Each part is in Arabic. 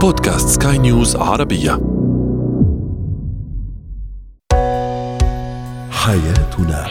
بودكاست سكاي نيوز عربية. حياتنا.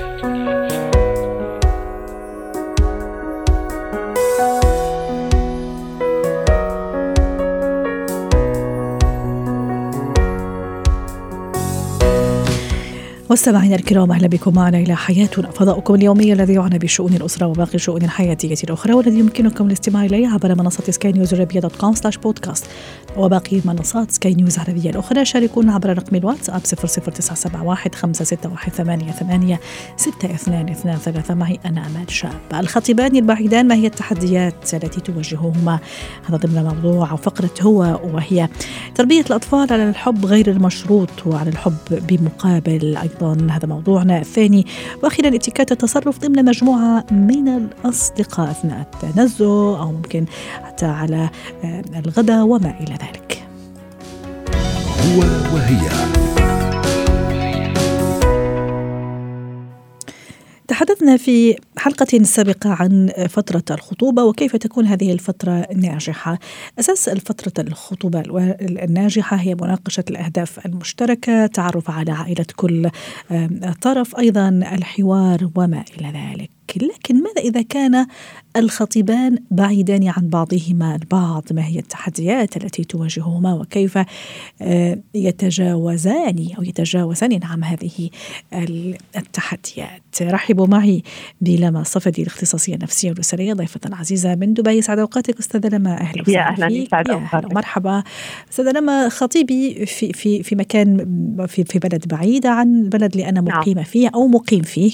مستمعينا الكرام، أهلا بكم معنا إلى حياتنا، فضاؤكم اليومي الذي يعنى بشؤون الأسرة وباقي الشؤون الحياتية الأخرى، والذي يمكنكم الاستماع إليه عبر منصة سكاي نيوز عربية .com/podcast وباقي منصات سكاي نيوز عربية الأخرى. شاركونا عبر رقم الواتساب 00971 561 88 622 معي أنا أمال شاب. الخطيبان البعيدان، ما هي التحديات التي تواجههما؟ هذا ضمن موضوع أو فقرة وهي تربية الأطفال على الحب غير المشروط وعلى الحب بمقابل. أيضا هذا موضوعنا الثاني. وأخيرا اتكات التصرف ضمن مجموعة من الأصدقاء أثناء التنزه أو ممكن حتى على الغداء وما إلى ذلك. هو وهي. تحدثنا في حلقة سابقة عن فترة الخطوبة وكيف تكون هذه الفترة ناجحة. أساس الفترة الخطوبة الناجحة هي مناقشة الأهداف المشتركة، تعرف على عائلة كل طرف، أيضا الحوار وما إلى ذلك. لكن ماذا إذا كان الخطيبان بعيدان عن بعضهما البعض؟ ما هي التحديات التي تواجههما وكيف يتجاوزان هذه التحديات؟ رحبوا معي بلما صفدي، الاختصاصية النفسية والأسرية، ضيفة عزيزة من دبي. سعد أوقاتك أستاذة لما. أهلا وسهلا فيك. مرحبا أستاذة لما. خطيبي في مكان في بلد بعيد عن البلد اللي أنا مقيمة فيه أو مقيم فيه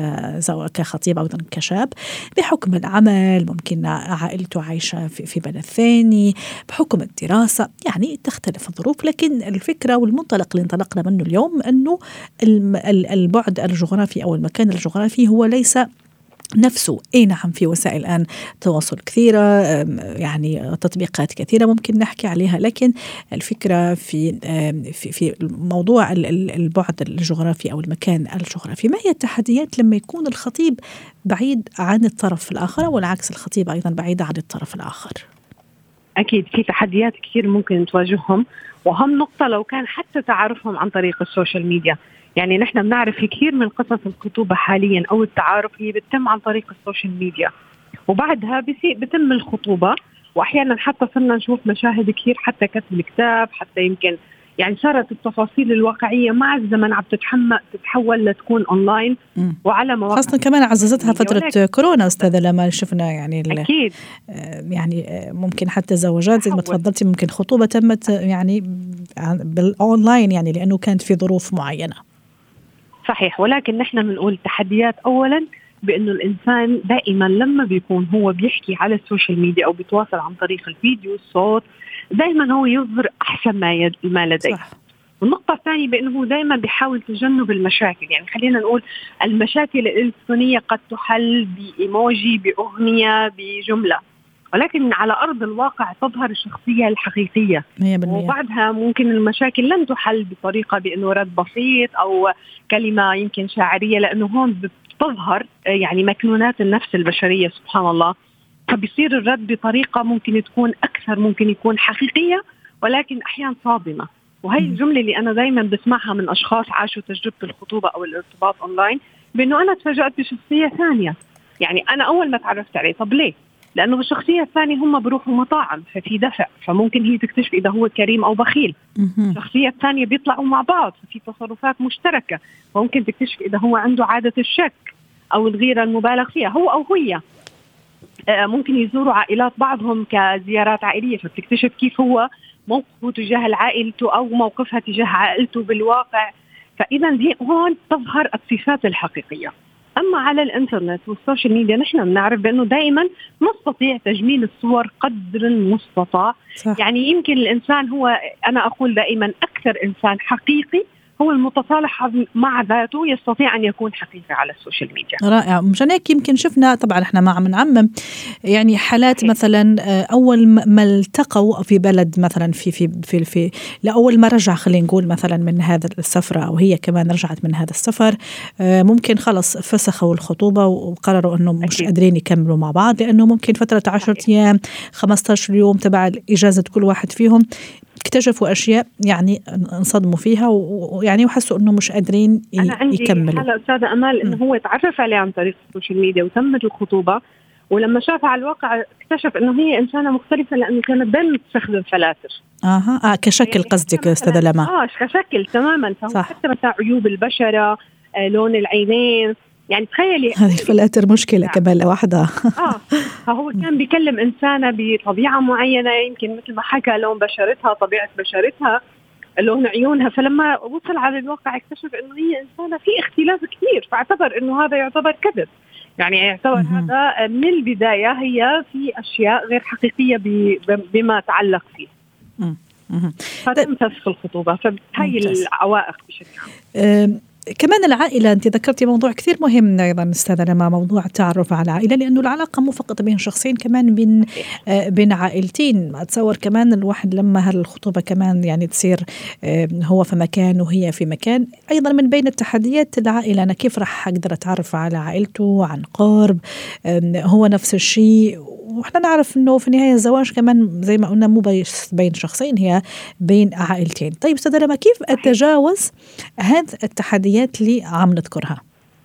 كخطيب أو كشاب، بحكم العمل ممكن عائلته عايشة في بلد ثاني، بحكم الدراسة، يعني تختلف الظروف. لكن الفكرة والمنطلق اللي انطلقنا منه اليوم أنه البعد الجغرافي أو المكان الجغرافي هو ليس نفسه. نعم، في وسائل الآن تواصل كثيرة، يعني تطبيقات كثيرة ممكن نحكي عليها، لكن الفكرة في موضوع البعد الجغرافي أو المكان الجغرافي. ما هي التحديات لما يكون الخطيب بعيد عن الطرف الآخر والعكس، الخطيب أيضا بعيد عن الطرف الآخر؟ أكيد في تحديات كثير ممكن تواجههم، وهم نقطة لو كان حتى تعرفهم عن طريق السوشيال ميديا. يعني نحن بنعرف في كثير من قصص الخطوبة حاليا أو التعارف هي بتتم عن طريق السوشيال ميديا، وبعدها بتم الخطوبة. وأحيانا حتى صرنا نشوف مشاهد كثير، حتى كتب الكتاب، حتى يمكن يعني صارت التفاصيل الواقعية مع الزمن عم تتحول لتكون أونلاين وعلى مواقع، خاصة كمان عززتها فترة كورونا أستاذة لما شفنا يعني أكيد يعني ممكن حتى زواجات زي ما تفضلتي، ممكن خطوبة تمت يعني بالأونلاين، يعني لأنه كانت في ظروف معينة. صحيح، ولكن نحن بنقول تحديات أولا بأنه الإنسان دائما لما بيكون هو بيحكي على السوشيال ميديا أو بيتواصل عن طريق الفيديو الصوت، دائما هو يظهر أحسن ما لديه. والنقطة الثانية بأنه دائما بيحاول تجنب المشاكل. يعني خلينا نقول المشاكل الإلكترونية قد تحل بإيموجي، بأغنية، بجملة، ولكن على أرض الواقع تظهر الشخصية الحقيقية 100%. وبعدها ممكن المشاكل لن تحل بطريقة بأنه رد بسيط أو كلمة يمكن شاعرية، لأنه هون بتظهر يعني مكنونات النفس البشرية سبحان الله. فبيصير الرد بطريقة ممكن تكون أكثر، ممكن يكون حقيقية ولكن أحيانا صادمة. وهي الجملة اللي أنا دايما بسمعها من أشخاص عاشوا تجربة الخطوبة أو الارتباط أونلاين، بأنه أنا تفاجأت بشخصية ثانية. يعني أنا أول ما تعرفت عليه، طب ليه؟ لأنه بالشخصية الثانية هم بروحوا مطاعم ففي دفع، فممكن هي تكتشف إذا هو كريم أو بخيل. الشخصية الثانية بيطلعوا مع بعض ففي تصرفات مشتركة، فممكن تكتشف إذا هو عنده عادة الشك أو الغيرة المبالغ فيها هو أو هي. ممكن يزوروا عائلات بعضهم كزيارات عائلية، فبتكتشف كيف هو موقفه تجاه عائلته أو موقفها تجاه عائلته بالواقع. فإذا دي هون تظهر الصفات الحقيقية. أما على الإنترنت والسوشيال ميديا نحن بنعرف بأنه دائما نستطيع تجميل الصور قدر المستطاع. يعني يمكن الإنسان هو، أنا أقول دائما أكثر إنسان حقيقي هو المتصالح مع ذاته يستطيع أن يكون حقيقي على السوشيال ميديا. رائع. مشان هيك يمكن شفنا طبعا احنا ما عم نعمم يعني حالات مثلا أول ما التقوا في بلد مثلا في لأول ما رجع خلينا نقول مثلا من هذا السفرة أو هي كمان رجعت من هذا السفر ممكن خلص فسخوا الخطوبة وقرروا أنه مش قادرين يكملوا مع بعض لأنه ممكن فترة 10 أيام 15 يوم تبع إجازة كل واحد فيهم اكتشفوا أشياء يعني انصدموا فيها ويعني وحسوا أنه مش قادرين يكملوا. أنا عندي حالة أستاذة أمال إنه هو تعرف عليه عن طريق السوشيال ميديا وتمت الخطوبة، ولما شافها على الواقع اكتشف إنه هي إنسانة مختلفة لأنه كانت دايما تستخدم فلاتر. كشكل يعني قصدك أستاذة لما؟ كشكل تماما. حتى مثلا عيوب البشرة، لون العينين، يعني تخيلي هذه الفلاتر مشكلة كمان لوحدها. فهو كان بيكلم إنسانة بطبيعة معينة، يمكن مثل ما حكى لون بشرتها، طبيعة بشرتها، لون عيونها، فلما وصل على الواقع اكتشف إنه هي إنسانة في اختلاف كثير، فاعتبر إنه هذا يعتبر كذب. يعني يعتبر هذا من البداية هي في أشياء غير حقيقية بما تعلق فيه. فتم فسخ الخطوبة. فهي العوائق بشكل عام. كمان العائلة، أنت ذكرتي موضوع كثير مهم أيضا أستاذة لما، موضوع التعرف على العائلة، لأنه العلاقة مو فقط بين شخصين، كمان بين عائلتين. أتصور كمان الواحد لما هالخطوبة كمان يعني تصير هو في مكان وهي في مكان، أيضا من بين التحديات العائلة، أنا كيف رح أقدر أتعرف على عائلته عن قرب، هو نفس الشيء. وإحنا نعرف إنه في النهاية الزواج كمان زي ما قلنا مو بين شخصين، هي بين عائلتين. طيب أستاذة لما، كيف أتجاوز هذه التحديات اللي عم نذكرها؟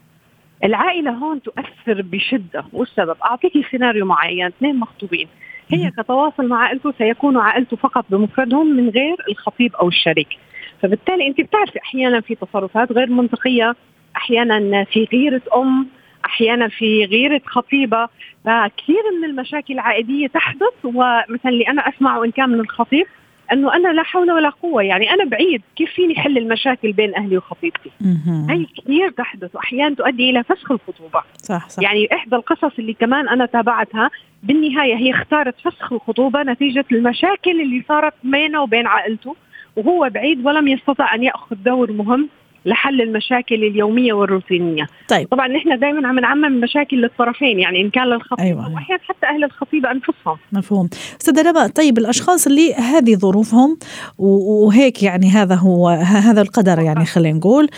العائلة هون تؤثر بشدة، والسبب أعطيكي سيناريو معين، اثنين مخطوبين، هي كتواصل مع عائلته سيكون عائلته فقط بمفردهم من غير الخطيب أو الشريك. فبالتالي أنت بتعرفي أحيانا في تصرفات غير منطقية، أحيانا في غيرة أحيانا في غيرة خطيبة. فكثير من المشاكل العائلية تحدث، ومثلا اللي أنا أسمعه إن كان من الخطيب أنه أنا لا حول ولا قوة، يعني أنا بعيد، كيف فيني حل المشاكل بين أهلي وخطيبتي؟ هي كثير تحدث، وأحيانا تؤدي إلى فسخ الخطوبة. صح. يعني إحدى القصص اللي كمان أنا تابعتها بالنهاية هي اختارت فسخ الخطوبة نتيجة المشاكل اللي صارت بينه وبين عائلته، وهو بعيد ولم يستطع أن يأخذ دور مهم لحل المشاكل اليومية والروتينية. طيب. طبعا نحن دائما عم نعمم المشاكل للطرفين، يعني إن كان للخطيب وأحيانا حتى أهل الخطيبة أنفسهم. مفهوم. أستاذة لما، طيب الأشخاص اللي هذه ظروفهم وهيك يعني هذا القدر، يعني خلينا نقول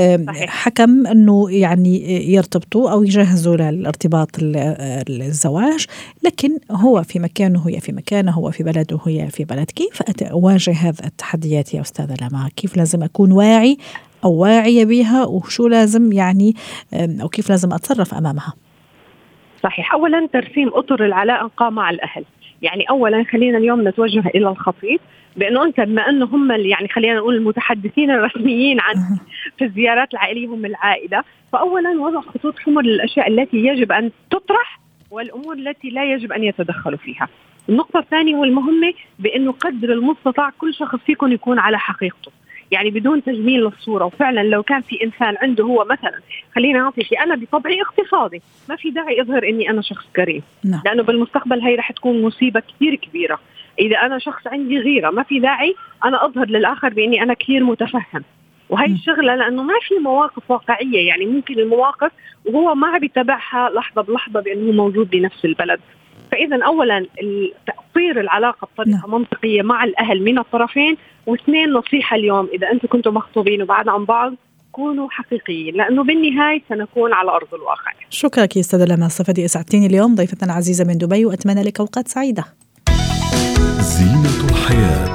حكم أنه يعني يرتبطوا أو يجهزوا للارتباط الزواج، لكن هو في مكانه وهي في مكانه، هو في بلده وهي في بلد، كيف أواجه هذه التحديات يا أستاذة لما؟ كيف لازم أكون واعي أو واعية بها، وشو لازم يعني أو كيف لازم أتصرف أمامها؟ صحيح. أولا ترسيم أطر العلاقة مع الأهل. يعني أولا خلينا اليوم نتوجه إلى الخطيب بأنه أنت بما أنه هم يعني خلينا نقول المتحدثين الرسميين عن في الزيارات العائلية هم العائلة، فأولا وضع خطوط حمر للأشياء التي يجب أن تطرح والأمور التي لا يجب أن يتدخلوا فيها. النقطة الثانية والمهمة بأنه قدر المستطاع كل شخص فيكم يكون على حقيقته، يعني بدون تجميل للصورة. وفعلا لو كان في إنسان عنده هو مثلا، خلينا نعطيك، أنا بطبعي اقتصادي، ما في داعي أظهر إني أنا شخص كريم، لأنه بالمستقبل هي رح تكون مصيبة كثير كبيرة. إذا أنا شخص عندي غيرة، ما في داعي أنا أظهر للآخر بإني أنا كثير متفهم. وهي الشغلة لأنه ما في مواقف واقعية، يعني ممكن المواقف وهو ما بيتابعها لحظة بلحظة بأنه موجود بنفس البلد. فإذا أولا تأطير العلاقة بطريقة منطقية مع الأهل من الطرفين، واثنين نصيحة اليوم، إذا أنتم كنتم مخطوبين وبعد عن بعض كونوا حقيقيين، لأنه بالنهاية سنكون على أرض الواقع. شكرا يا أستاذة لما الصفدي، أسعدتيني اليوم ضيفتنا العزيزة من دبي، وأتمنى لك أوقات سعيدة. زينة الحياة.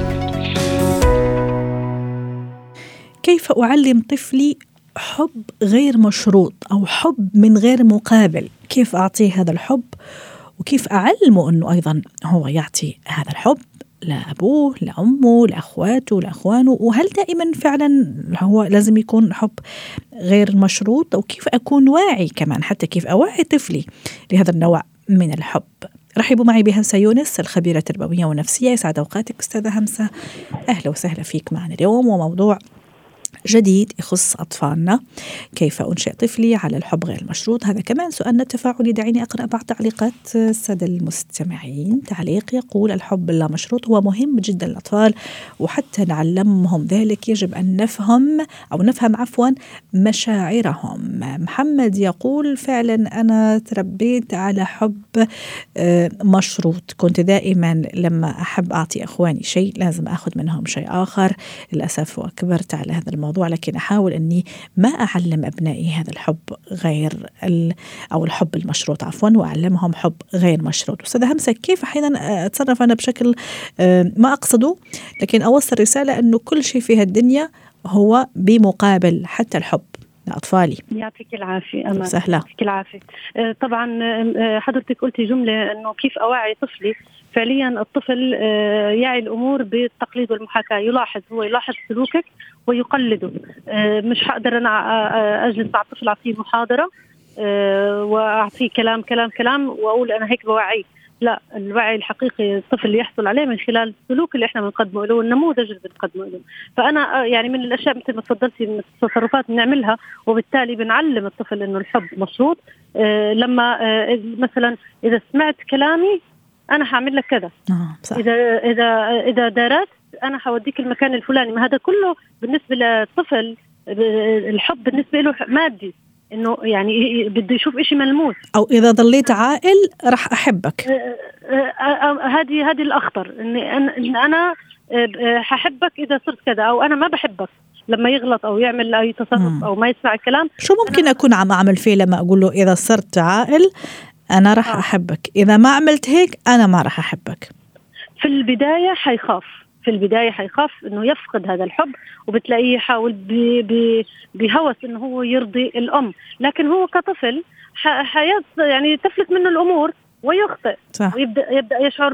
كيف أعلم طفلي حب غير مشروط أو حب من غير مقابل؟ كيف أعطيه هذا الحب، وكيف أعلمه أنه أيضا هو يعطي هذا الحب لأبوه، لأمه، لأخواته، لأخوانه؟ وهل دائما فعلا هو لازم يكون حب غير مشروط؟ أو كيف أكون واعي كمان، حتى كيف أوعي طفلي لهذا النوع من الحب؟ رحبوا معي بهمسة يونس، الخبيرة التربوية والنفسية. يسعد أوقاتك أستاذة همسة، أهلا وسهلا فيك معنا اليوم. وموضوع جديد يخص أطفالنا. كيف أنشئ طفلي على الحب غير المشروط؟ هذا كمان سؤالنا تفاعلي. دعيني أقرأ بعض تعليقات السادة المستمعين. تعليق يقول: الحب لا مشروط هو مهم جدا للأطفال، وحتى نعلمهم ذلك يجب أن نفهم مشاعرهم. محمد يقول: فعلا أنا تربيت على حب مشروط، كنت دائما لما أحب أعطي أخواني شيء لازم أخذ منهم شيء آخر. للأسف وكبرت على هذا الموضوع، لكن أحاول أني ما أعلم أبنائي هذا الحب أو الحب المشروط وأعلمهم حب غير مشروط. أستاذة همسة، كيف أحيانا أتصرف أنا بشكل ما أقصده، لكن أوصل رسالة أنه كل شيء في هالدنيا هو بمقابل حتى الحب لأطفالي؟ يعطيك العافية أمان. سهلة. يعطيك العافية. طبعا حضرتك قلتي جملة أنه كيف أوعي طفلي. فعليا الطفل يعي الأمور بالتقليد والمحاكاة، يلاحظ سلوكك ويقلده. مش هقدر أنا أجلس مع الطفل أعطيه محاضرة وأعطيه كلام وأقول أنا هيك بوعيه. لا، الوعي الحقيقي الطفل اللي يحصل عليه من خلال السلوك اللي احنا بنقدمه له والنموذج اللي بنقدمه له. فأنا يعني من الأشياء مثل ما تفضلتي من التصرفات بنعملها، وبالتالي بنعلم الطفل إنه الحب مشروط. لما مثلا إذا سمعت كلامي أنا هعمل لك كذا، إذا درست أنا هوديك المكان الفلاني. ما هذا كله بالنسبة للطفل الحب بالنسبة له مادي، إنه يعني بده يشوف إشي ملموس. أو إذا ضليت عاقل رح أحبك. هذه الأخطر، إن أنا هحبك إذا صرت كذا، أو أنا ما بحبك لما يغلط أو يعمل أي تصرف أو ما يسمع الكلام. شو ممكن أكون عم أعمل فيه لما أقول له إذا صرت عاقل أنا رح أحبك، إذا ما عملت هيك أنا ما رح أحبك؟ في البداية حيخاف إنه يفقد هذا الحب، وبتلاقيه يحاول بهوس إنه هو يرضي الأم، لكن هو كطفل يعني تفلت منه الأمور ويخطئ. ويبدأ يشعر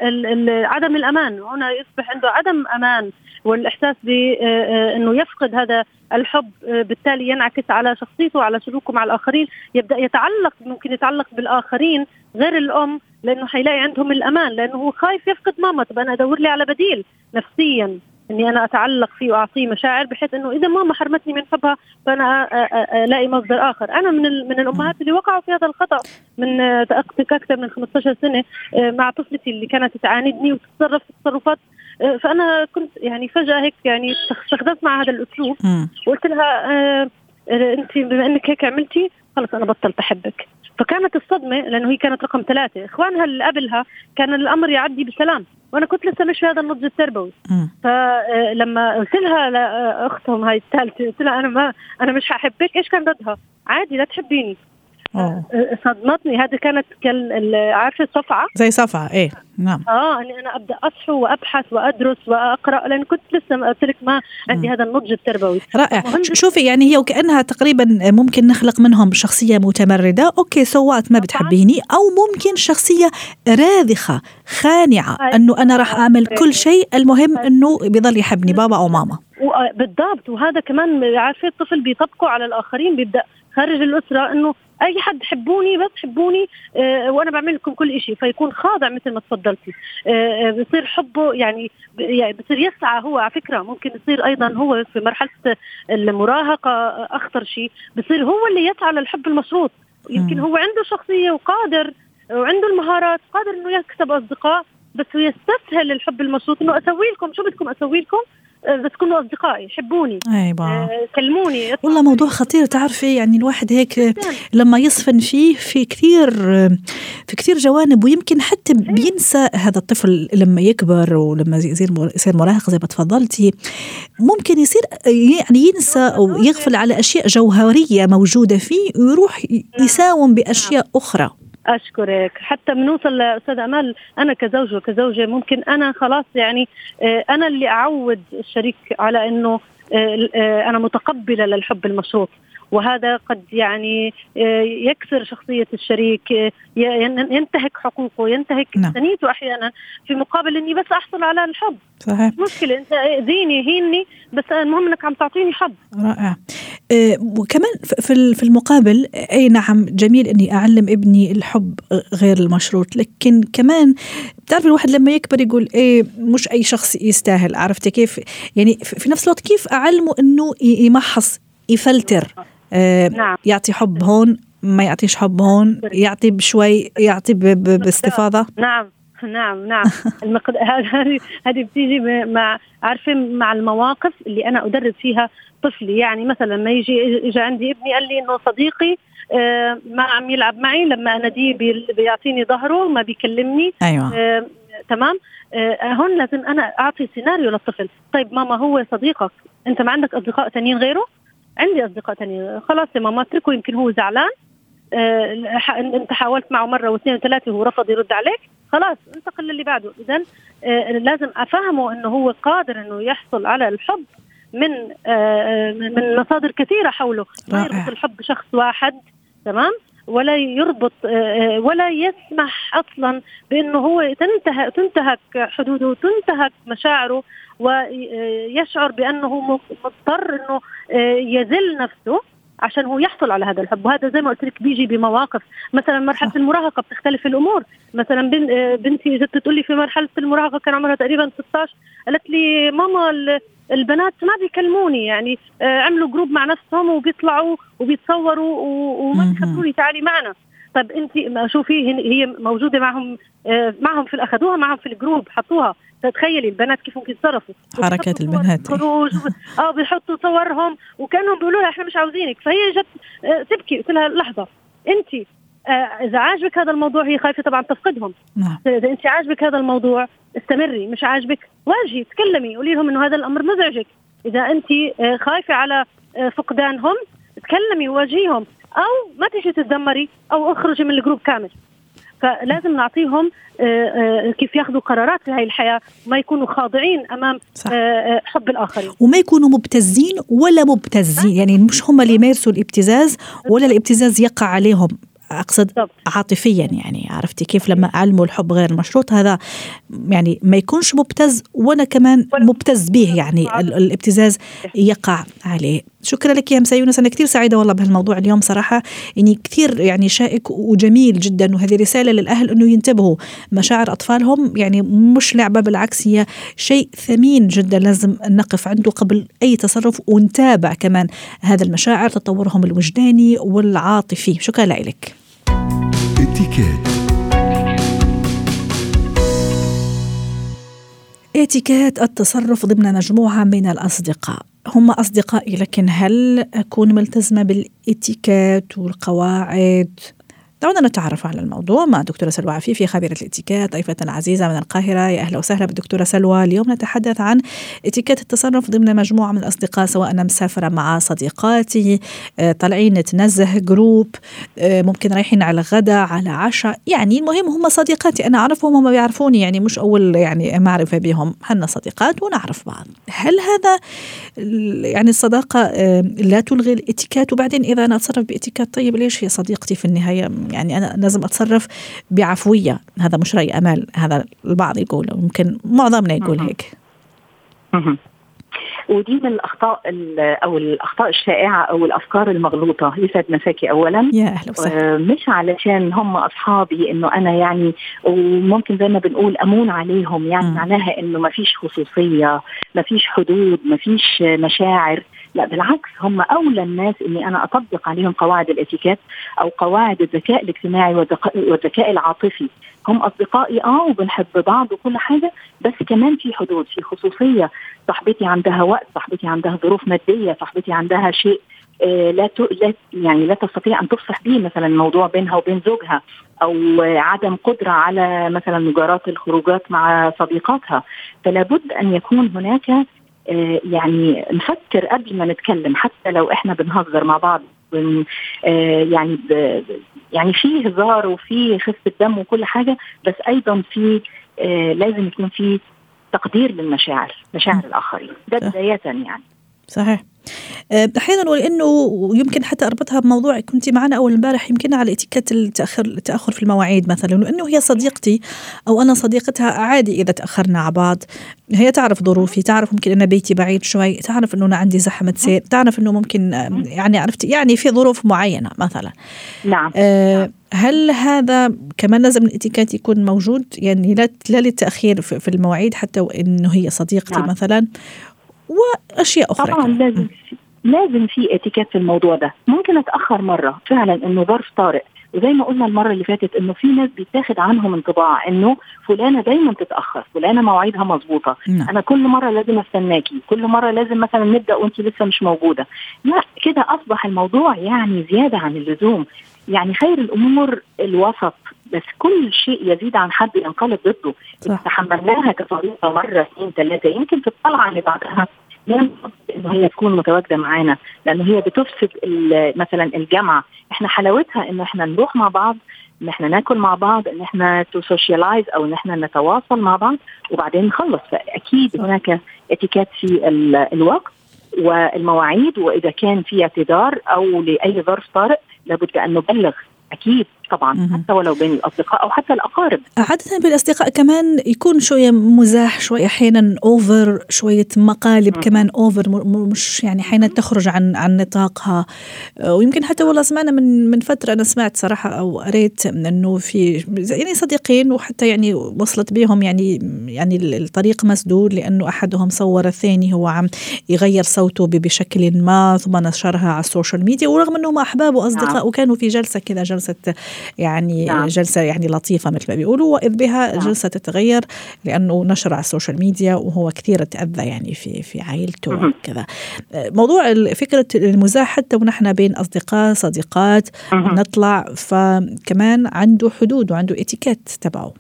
بعدم الأمان. هنا يصبح عنده عدم أمان، والإحساس بأنه يفقد هذا الحب بالتالي ينعكس على شخصيته وعلى سلوكه مع الآخرين. يبدأ ممكن يتعلق بالآخرين غير الأم، لأنه حيلاقي عندهم الأمان، لأنه هو خايف يفقد ماما. طب أنا أدور لي على بديل نفسيا إني أنا أتعلق فيه وأعطيه مشاعر، بحيث إنه إذا ماما حرمتني من حبها فأنا ألاقي مصدر آخر. أنا من الأمهات اللي وقعوا في هذا الخطأ من أكثر من 15 سنة مع طفلتي اللي كانت تعاندني وتتصرف تصرفات. فأنا كنت يعني فجأة هيك يعني استخدمت مع هذا الأسلوب، وقلت لها أنت بما أنك هيك عملتي خلص أنا بطلت أحبك. فكانت الصدمة، لأنه هي كانت رقم 3، إخوانها اللي قبلها كان الأمر يعدي بسلام، وأنا كنت لسه مش في هذا النضج التربوي. فلما قلت لها لأختهم هاي الثالثة، قلت لها أنا مش هحبك، إيش كان ردها؟ عادي لا تحبيني. صدمتني. هذه كانت عارفة صفعة، زي صفعة. إيه نعم. أني أنا أبدأ أصحو وأبحث وأدرس وأقرأ، لأن كنت لسه قلت لك ما عندي هذا النضج التربوي. رائع. شوفي يعني هي وكأنها تقريبا ممكن نخلق منهم شخصية متمردة، أوكي سوات ما بتحبيني، أو ممكن شخصية راذخة خانعة، أنه أنا راح أعمل كل شيء المهم أنه بيضل يحبني بابا أو ماما. بالضبط. وهذا كمان عارفة الطفل بيطبقه على الآخرين، بيبدأ خارج الأسرة إنه أي حد حبوني، بس حبوني وأنا بعمل لكم كل إشي. فيكون خاضع مثل ما تفضلتي. بصير حبه يعني بصير يسعى. هو على فكرة ممكن يصير أيضا هو في مرحلة المراهقة أخطر شيء، بصير هو اللي يسعى للحب المشروط. يمكن هو عنده شخصية وقادر وعنده المهارات، قادر إنه يكسب أصدقاء، بس هو يستسهل الحب المشروط، إنه أسوي لكم شو بدكم أسوي لكم، بس كونوا أصدقائي، حبوني، كلموني. والله موضوع خطير. تعرفي يعني الواحد هيك لما يصفن فيه في كثير جوانب، ويمكن حتى بينسى هذا الطفل لما يكبر ولما يصير مراهق زي ما تفضلتي. ممكن يصير يعني ينسى أو يغفل على أشياء جوهرية موجودة فيه، ويروح يساوم بأشياء أخرى. أشكرك. حتى بنوصل لأستاذ أمال، أنا كزوجة ممكن أنا خلاص يعني أنا اللي أعود الشريك على أنه أنا متقبلة للحب المشروط، وهذا قد يعني يكسر شخصية الشريك، ينتهك حقوقه، ينتهك إنسانيته أحيانا، في مقابل أني بس أحصل على الحب. صحيح. مشكلة أنت ديني هيني، بس المهم أنك عم تعطيني حب. رائع. وكمان في المقابل أي نعم جميل أني أعلم ابني الحب غير المشروط، لكن كمان بتعرف الواحد لما يكبر يقول مش أي شخص يستاهل، عرفت كيف؟ يعني في نفس الوقت كيف أعلمه أنه يمحص يفلتر، نعم. يعطي حب هون ما يعطيش حب هون، يعطي بشوي يعطي باستفاضة. نعم هذه بتيجي مع المواقف اللي أنا أدرب فيها طفلي. يعني مثلا ما يجي عندي ابني قال لي إنه صديقي ما عم يلعب معي، لما أناديه بيعطيني ظهره ما بيكلمني. أيوة. تمام. هون لازم أنا أعطي سيناريو للطفل. طيب ماما هو صديقك، أنت ما عندك أصدقاء تانيين غيره؟ عندي أصدقاء تانيين. خلاص يا ماما اتركه، يمكن هو زعلان، أنت حاولت معه مرة واثنين وثلاثة وهو رفض يرد عليك، خلاص انتقل للي بعده. إذن لازم أفهمه أنه هو قادر أنه يحصل على الحب من مصادر كثيرة حوله. ما يربط الحب بشخص واحد، تمام، ولا يربط ولا يسمح أصلا بأنه هو تنتهك حدوده وتنتهك مشاعره، ويشعر بأنه مضطر أنه يذل نفسه عشان هو يحصل على هذا الحب. وهذا زي ما قلت لك بيجي بمواقف، مثلا مرحلة المراهقة بتختلف الأمور. مثلا بنتي جت تقول لي في مرحلة المراهقة كان عمرها تقريبا 16، قالت لي ماما البنات ما بيكلموني، يعني عملوا جروب مع نفسهم وبيطلعوا وبيتصوروا وما بيخبروني تعالي معنا. طب انت شوفي هي موجودة معهم في أخذوها معهم في الجروب حطوها. تتخيلي البنات كيف ممكن يتصرفوا، حركات البنات خروج بيحطوا صورهم وكانهم بيقولوا لها احنا مش عاوزينك. فهي جت تبكي، قلت لها لحظة، انت اذا عاجبك هذا الموضوع، هي خايفة طبعا تفقدهم. اذا انت عاجبك هذا الموضوع استمري، مش عاجبك واجهي تكلمي، قولي لهم انه هذا الامر مزعجك. اذا انت خايفة على فقدانهم تكلمي وواجهيهم، او ما تيجي تتذمري او اخرجي من الجروب كامل. فلازم نعطيهم كيف ياخذوا قرارات في هاي الحياة، ما يكونوا خاضعين أمام حب الآخرين، وما يكونوا مبتزين ولا مبتزين. يعني مش هم اللي يمارسوا الابتزاز ولا الابتزاز يقع عليهم، أقصد عاطفيا. يعني عرفتي كيف لما أعلموا الحب غير المشروط، هذا يعني ما يكونش مبتز وأنا كمان مبتز به، يعني الابتزاز يقع عليه. شكرا لك يا مساء يونس، أنا كثير سعيدة والله بهالموضوع اليوم صراحة، يعني كثير يعني شائك وجميل جدا. وهذه رسالة للأهل أنه ينتبهوا مشاعر أطفالهم، يعني مش لعبة، بالعكس هي شيء ثمين جدا لازم نقف عنده قبل أي تصرف، ونتابع كمان هذا المشاعر، تطورهم الوجداني والعاطفي. شكرا لك. اتيكيت التصرف ضمن مجموعة من الأصدقاء. هم أصدقائي، لكن هل أكون ملتزمة بالاتيكيت والقواعد؟ دعونا نتعرف على الموضوع مع دكتورة سلوى عفيفي، خبيرة الاتيكيت ضيفتنا العزيزة من القاهرة. يا أهلا وسهلا بالدكتورة سلوى. اليوم نتحدث عن اتيكيت التصرف ضمن مجموعة من الأصدقاء، سواء أنا مسافرة مع صديقاتي، طالعين نتنزه جروب، ممكن رايحين على غدا على عشاء. يعني المهم هم صديقاتي، أنا أعرفهم هم بيعرفوني، يعني مش أول يعني معرفة بهم، حنا صديقات ونعرف بعض. هل هذا يعني الصداقة لا تلغي الاتيكيت؟ وبعدين إذا أنا أتصرف باتيكيت، طيب ليش هي صديقتي في النهاية؟ يعني أنا لازم أتصرف بعفوية. هذا مش رأي أمال، هذا البعض يقول، ممكن معظمنا يقول هيك. ودي من الأخطاء أو الأخطاء الشائعة أو الأفكار المغلوطة. يسعد مساكي أولا. يا أهلا وسهلا. مش علشان هم أصحابي إنه أنا يعني، وممكن زي ما بنقول أمون عليهم، يعني معناها إنه ما فيش خصوصية، ما فيش حدود، ما فيش مشاعر. لا بالعكس، هم أولى الناس إني أنا أطبق عليهم قواعد الاتيكيت أو قواعد الذكاء الاجتماعي والذكاء العاطفي. هم أصدقائي وبنحب بعض وكل حاجة، بس كمان في حدود، في خصوصية. صاحبتي عندها وقت، صاحبتي عندها ظروف مادية، صاحبتي عندها شيء لا تستطيع أن تفصح به، مثلا موضوع بينها وبين زوجها، أو عدم قدرة على مثلا مجارات الخروجات مع صديقاتها. فلا بد أن يكون هناك يعني نفكر قبل ما نتكلم، حتى لو احنا بنهزر مع بعض، يعني في هزار وفي خفة دم وكل حاجة، بس أيضا في لازم يكون في تقدير للمشاعر، مشاعر الآخرين. ده بداية يعني. صحيح. أحيانا ولأنه يمكن حتى أربطها بموضوع كنت معنا أول امبارح يمكن على اتيكيت التأخر في المواعيد مثلا، لأنه هي صديقتي أو أنا صديقتها عادي إذا تأخرنا على بعض. هي تعرف ظروفي، تعرف ممكن أن بيتي بعيد شوي، تعرف أنه أنا عندي زحمة سير، تعرف أنه ممكن يعني عرفت يعني في ظروف معينة مثلا. نعم. هل هذا كمان لازم الاتيكيت يكون موجود؟ يعني لا للتأخير في المواعيد حتى وإنه هي صديقتي. نعم. مثلا وأشياء أخرى. طبعا لازم في اتيكيت في الموضوع ده. ممكن أتأخر مرة فعلا إنه ظرف طارئ، وزي ما قلنا المرة اللي فاتت إنه في ناس بيتاخد عنهم انطباع إنه فلانة دايما تتأخر، فلانة مواعيدها مظبوطة. أنا كل مرة لازم أستناكي، كل مرة لازم مثلا نبدأ وأنت لسه مش موجودة. لا، كده أصبح الموضوع يعني زيادة عن اللزوم. يعني خير الأمور الوسط، بس كل شيء يزيد عن حد ينقلب ضده. تحملناها كصديقة مرة 2 3، يمكن في الطلعة اللي بعدها إنه هي تكون متواجدة معانا، لأنه هي بتفسد مثلا الجامعة. إحنا حلاوتها إنه إحنا نروح مع بعض، إن إحنا ناكل مع بعض، إن إحنا تسوشيالايز أو إن إحنا نتواصل مع بعض وبعدين نخلص. فأكيد هناك اتيكيت في الوقت والمواعيد، وإذا كان في اعتذار أو لأي ظرف طارئ لابد أن نبلغ أكيد طبعا، حتى ولو بين الأصدقاء أو حتى الأقارب. عادة بالأصدقاء كمان يكون شوية مزاح، شوية أحيانا أوفر، شوية مقالب كمان أوفر، مش يعني أحيانا تخرج عن نطاقها. ويمكن حتى والله سمعنا من فترة، أنا سمعت صراحة أو قريت أنه في يعني صديقين وحتى يعني وصلت بيهم يعني الطريق مسدود لأنه أحدهم صور الثاني هو عم يغير صوته بشكل ما ثم نشرها على السوشيال ميديا، ورغم أنهم أحباب وأصدقاء وكانوا في جلسة كذا، جلسة يعني جلسة يعني لطيفة مثل ما بيقولوا، وإذ بها جلسة تتغير لأنه نشر على السوشيال ميديا وهو كثير تأذى يعني في عائلته وكذا. موضوع فكرة المزاح حتى ونحن بين أصدقاء صديقات نطلع، فكمان عنده حدود وعنده اتيكيت تبعه.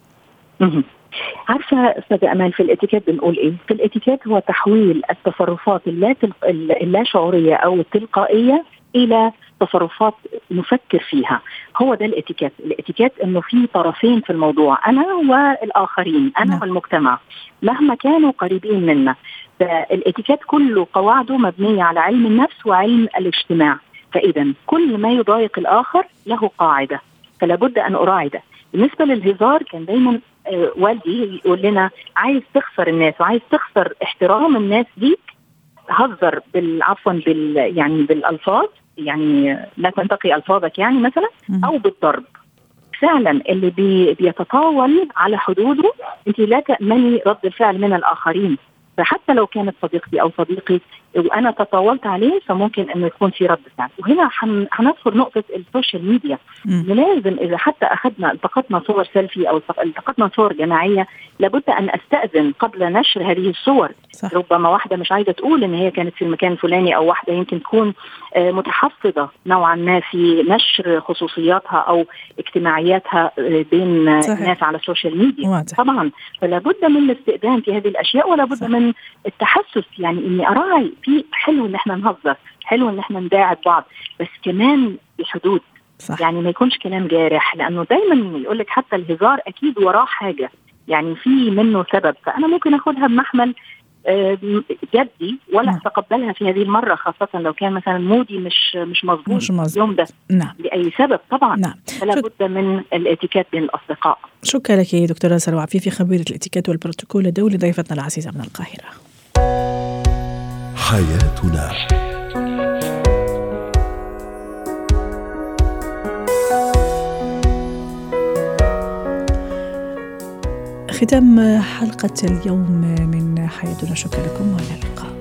عارفة أستاذة أمال، في الاتيكيت بنقول إيه؟ في الاتيكيت هو تحويل التصرفات اللا شعورية أو التلقائية إلى تصرفات نفكر فيها. هو ده الاتيكيت. الاتيكيت إنه في طرفين في الموضوع، أنا والآخرين، أنا والمجتمع مهما كانوا قريبين منا. فالاتيكيت كله قواعده مبنية على علم النفس وعلم الاجتماع. فإذا كل ما يضايق الآخر له قاعدة، فلا بد أن أراعي ده. بالنسبة للهزار كان دايما والدي يقول لنا عايز تخسر الناس وعايز تخسر احترام الناس ليك، هزر يعني بالألفاظ، يعني لا تنتقي ألفاظك يعني مثلا، أو بالضرب. فعلا اللي بيتطاول على حدوده أنت لا تأمني رد الفعل من الآخرين. فحتى لو كانت صديقتي أو صديقي وأنا تطاولت عليه فممكن أنه يكون في رد فعل. وهنا هنذكر نقطة السوشيال ميديا. لازم إذا حتى التقطنا صور سيلفي أو التقطنا صور جماعية لابد أن أستأذن قبل نشر هذه الصور. صح. ربما واحدة مش عايزة تقول إن هي كانت في المكان الفلاني، أو واحدة يمكن تكون متحفظة نوعا ما في نشر خصوصياتها أو اجتماعياتها بين الناس على السوشيال ميديا. واضح. طبعا فلا بد من الاستئذان في هذه الأشياء، ولا بد من التحسس، يعني إني أراعي في حلو إن احنا نهزر، حلو إن احنا نداعب بعض، بس كمان بحدود. صح. يعني ما يكونش كلام جارح، لأنه دايما يقولك حتى الهزار أكيد وراه حاجة، يعني في منه سبب. فأنا ممكن أخذها بمحمل جدي ولا أتقبلها في هذه المرة، خاصة لو كان مثلا مودي مش مظبوط اليوم ده. نعم. لأي سبب طبعا. نعم. فلا بد من الاتيكيت بين الأصدقاء. شكرا لك دكتورة سلوى عفيفي، خبيرة الاتيكيت والبروتوكول الدولي، ضيفتنا العزيزة من القاهرة. حياتنا. ختام حلقة اليوم من حياتنا، شكرا لكم وإلى اللقاء.